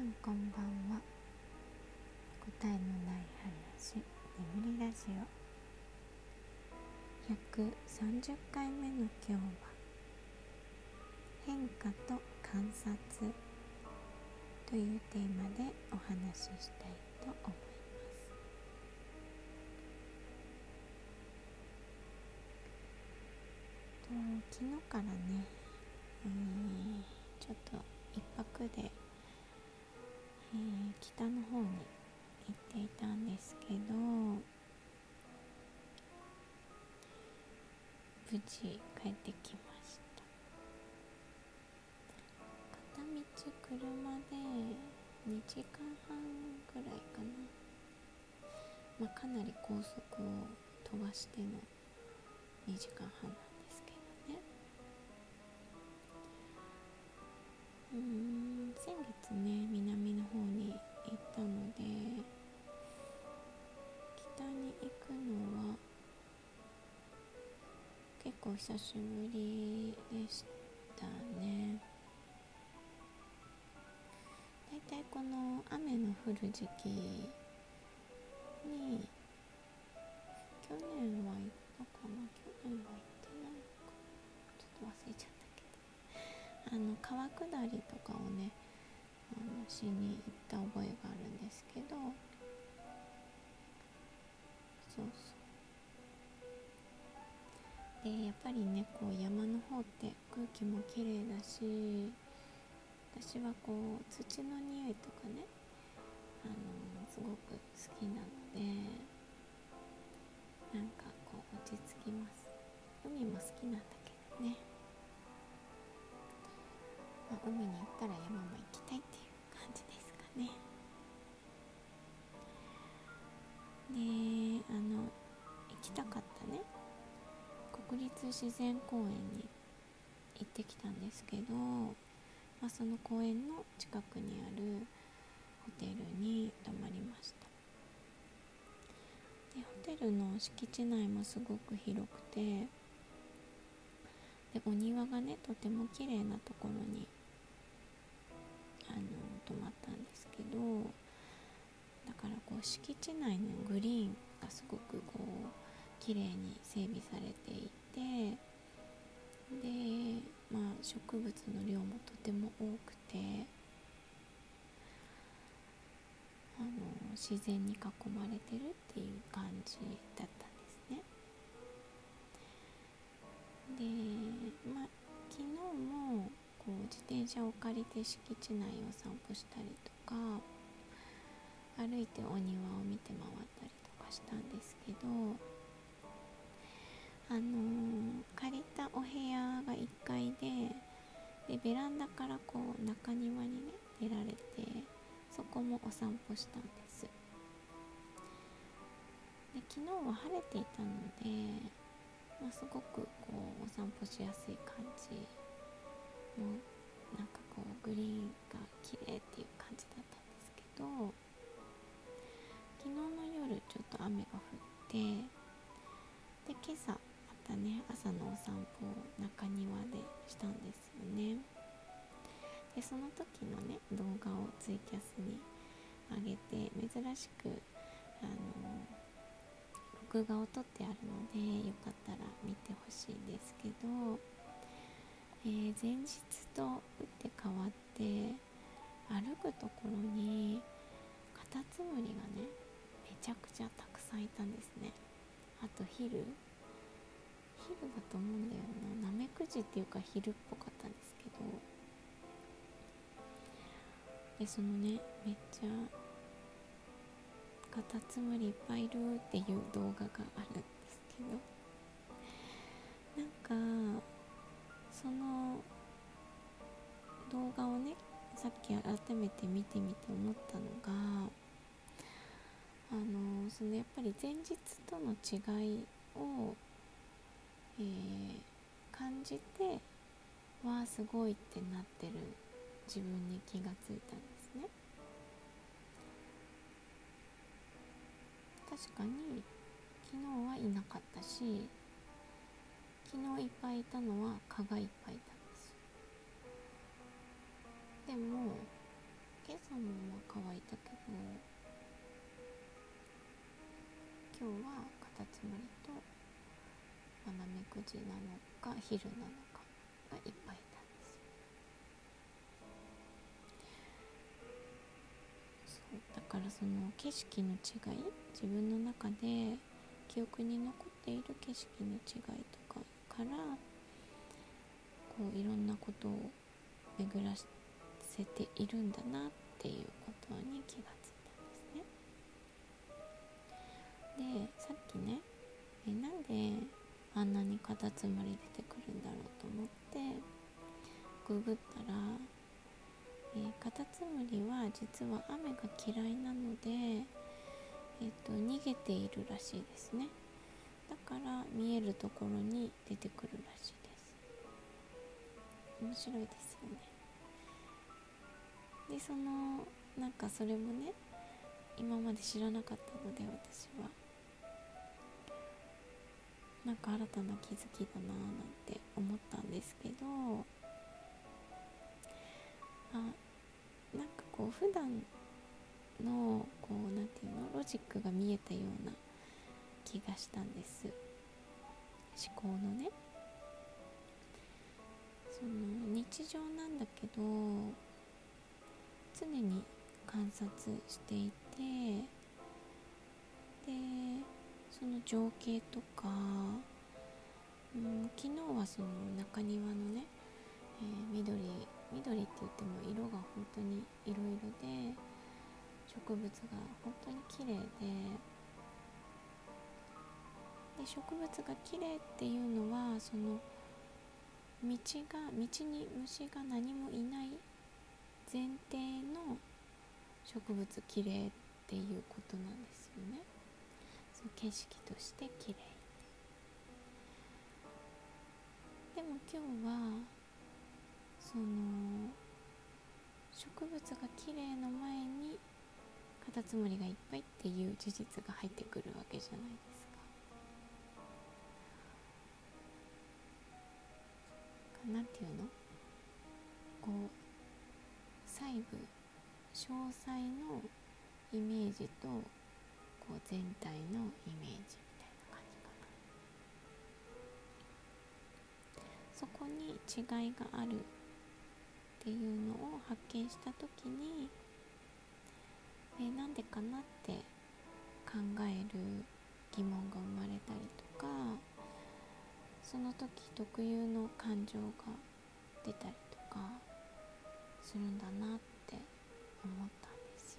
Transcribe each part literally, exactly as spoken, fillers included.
んこんばんは。答えのない話、眠りラジオひゃくさんじゅっかいめの今日は、変化と観察というテーマでお話ししたいと思います。と昨日からね、えー、ちょっと一泊で、えー、北の方に行っていたんですけど、無事帰ってきました。片道車でにじかんはんぐらいかな、まあ、かなり高速を飛ばしてのにじかんはんなんですけどね。うーん先月ね、南の方に行ったので、北に行くのは結構久しぶりでしたね。だいたいこの雨の降る時期に、去年は行ったかな、去年は行ってないか、ちょっと忘れちゃったけど、あの川下りとかをね、あのしに行った覚えがあるんですけど、そうそうで、やっぱりね、こう山の方って空気も綺麗だし、私はこう土の匂いとかね、あのすごく好きなので、なんかこう落ち着きます。海も好きなんだけどね、まあ、海に行ったら山も行きたいっていう感じですかね。で、あの行きたかったね国立自然公園に行ってきたんですけど、まあ、その公園の近くにあるホテルに泊まりました。で、ホテルの敷地内もすごく広くて、でお庭がね、とても綺麗なところにあの泊まったんですけど、だからこう敷地内のグリーンがすごくこう綺麗に整備されていて、で、まあ、植物の量もとても多くて、あの自然に囲まれてるっていう感じだったんですね。で、まあ、昨日もこう自転車を借りて敷地内を散歩したりとか、歩いてお庭を見て回ったりとかしたんですけど、あのー、借りたお部屋がいっかいで、でベランダからこう中庭にね出られて、そこもお散歩したんです。で、昨日は晴れていたので、まあ、すごくこうお散歩しやすい感じも、なんかこうグリーンが綺麗っていう感じだったんですけど、昨日の夜ちょっと雨が降って、で今朝またね、朝のお散歩を中庭でしたんですよね。でその時のね動画をツイキャスに上げて、珍しくあの録画を撮ってあるので、よかったら見てほしいんですけど、えー、前日と打って変わって歩くところにカタツムリがね、めちゃくちゃたくさんいたんですね。あとヒルヒルだと思うんだよな、ナメクジっていうかヒルっぽかったんですけど、でそのね、めっちゃカタツムリいっぱいいるっていう動画があるんですけど、なんかその動画をね、さっき改めて見てみて思ったのが、あのそのやっぱり前日との違いを、えー、感じて、わあすごいってなってる自分に気がついたんですね。確かに昨日はいなかったし、昨日いっぱいいたのは蚊がいっぱいいたんです。でも今朝もまあ乾いたけど、今日はカタツムリとマナメクジなのかヒルなのかがいっぱいいたんですよ。そうだからその景色の違い、自分の中で記憶に残っている景色の違いとかからこういろんなことを巡らせているんだなっていうことに気がついたんですね。で、さっきね、えなんであんなにカタツムリ出てくるんだろうと思ってググったら、えー、カタツムリは実は雨が嫌いなので、えー、と逃げているらしいですね。だから見えるところに出てくるらしいです。面白いですよね。で、そのなんかそれもね、今まで知らなかったので、私はなんか新たな気づきだなぁなんて思ったんですけど、あ、なんかこう普段のこうなんていうの、ロジックが見えたような気がしたんです。思考のね、その日常なんだけど常に観察していて、でその情景とか、うん、昨日はその中庭のね、えー、緑緑って言っても色が本当にいろいろで、植物が本当に綺麗で、で植物が綺麗っていうのはその道が道に虫が何もいない前提の植物綺麗っていうことなんですよね。その景色として綺麗。でも今日はその植物が綺麗の前にカタツムリがいっぱいっていう事実が入ってくるわけじゃないですか。なんていうの、こう細部詳細のイメージとこう全体のイメージみたいな感じかな。そこに違いがあるっていうのを発見したときに、えー、なんでかなって考える疑問が生まれたりとか、その時特有の感情が出たりとかするんだなって思ったんですよ。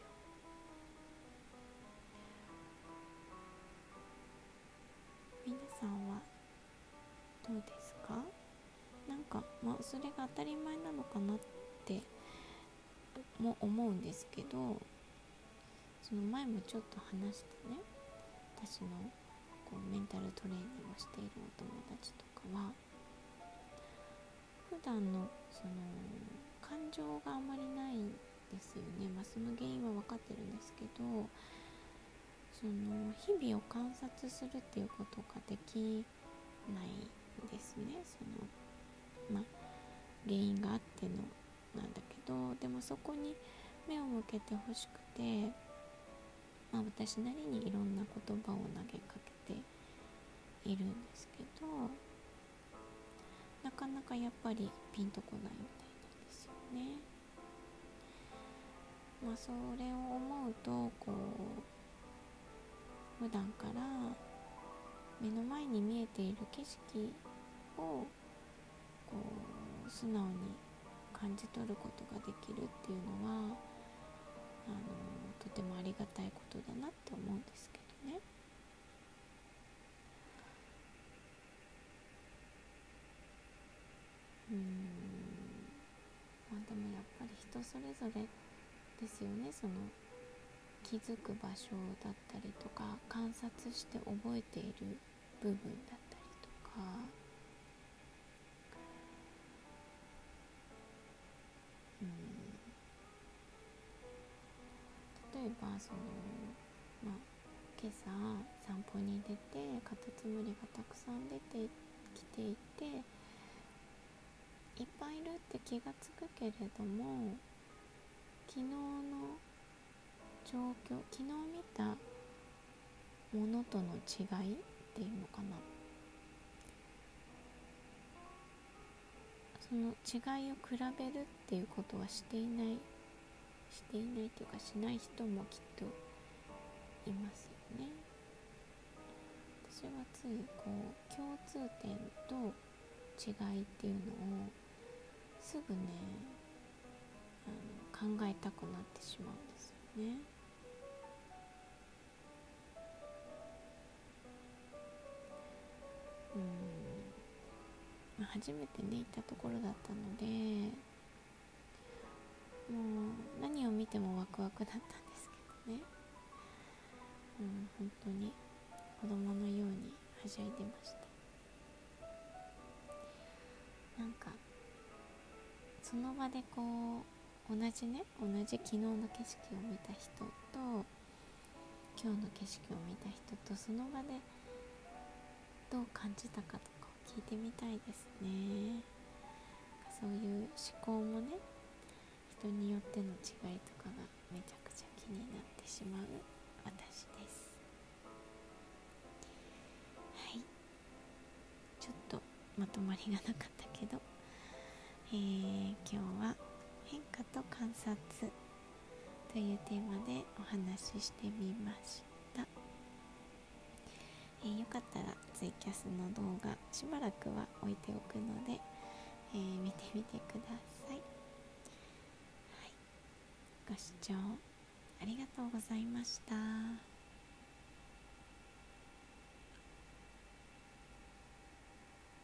皆さんはどうですか？なんか、まあ、それが当たり前なのかなっても思うんですけど、その前もちょっと話したね、私のこうメンタルトレーニングをしているお友達とかは、普段のその感情があまりないんですよね。まあその原因は分かってるんですけど、その日々を観察するっていうことができないんですね。そのまあ原因があってのなんだけど、でもそこに目を向けてほしくて、まあ、私なりにいろんな言葉を投げかけているんですけど、なかなかやっぱりピンとこないみたいなんですよね。まあそれを思うと、こう普段から目の前に見えている景色をこう素直に感じ取ることができるっていうのは、あのとてもありがたいことだなって思うんですけどね。うーんまあでもやっぱり人それぞれですよね。その気づく場所だったりとか、観察して覚えている部分だったりとか、うーん例えばその、まあ、今朝散歩に出てカタツムリがたくさん出てきていて、いっぱいいるって気がつくけれども、 昨日の状況、昨日見たものとの違いっていうのかな、その違いを比べるっていうことはしていないしていないというかしない人もきっといますよね。私はついこう共通点と違いっていうのをすぐねあの考えたくなってしまうんですよね。うん初めてね行ったところだったので、もう何を見てもワクワクだったんですけどね、うん、本当に子供のようにはしゃいでました。なんかその場でこう同じね同じ昨日の景色を見た人と今日の景色を見た人とその場でどう感じたかとかを聞いてみたいですね。そういう思考もね人によっての違いとかがめちゃくちゃ気になってしまう私です。はい、ちょっとまとまりがなかったけど、えー、今日は変化と観察というテーマでお話ししてみました。えー、よかったらツイキャスの動画しばらくは置いておくので、えー、見てみてください。はい、ご視聴ありがとうございました。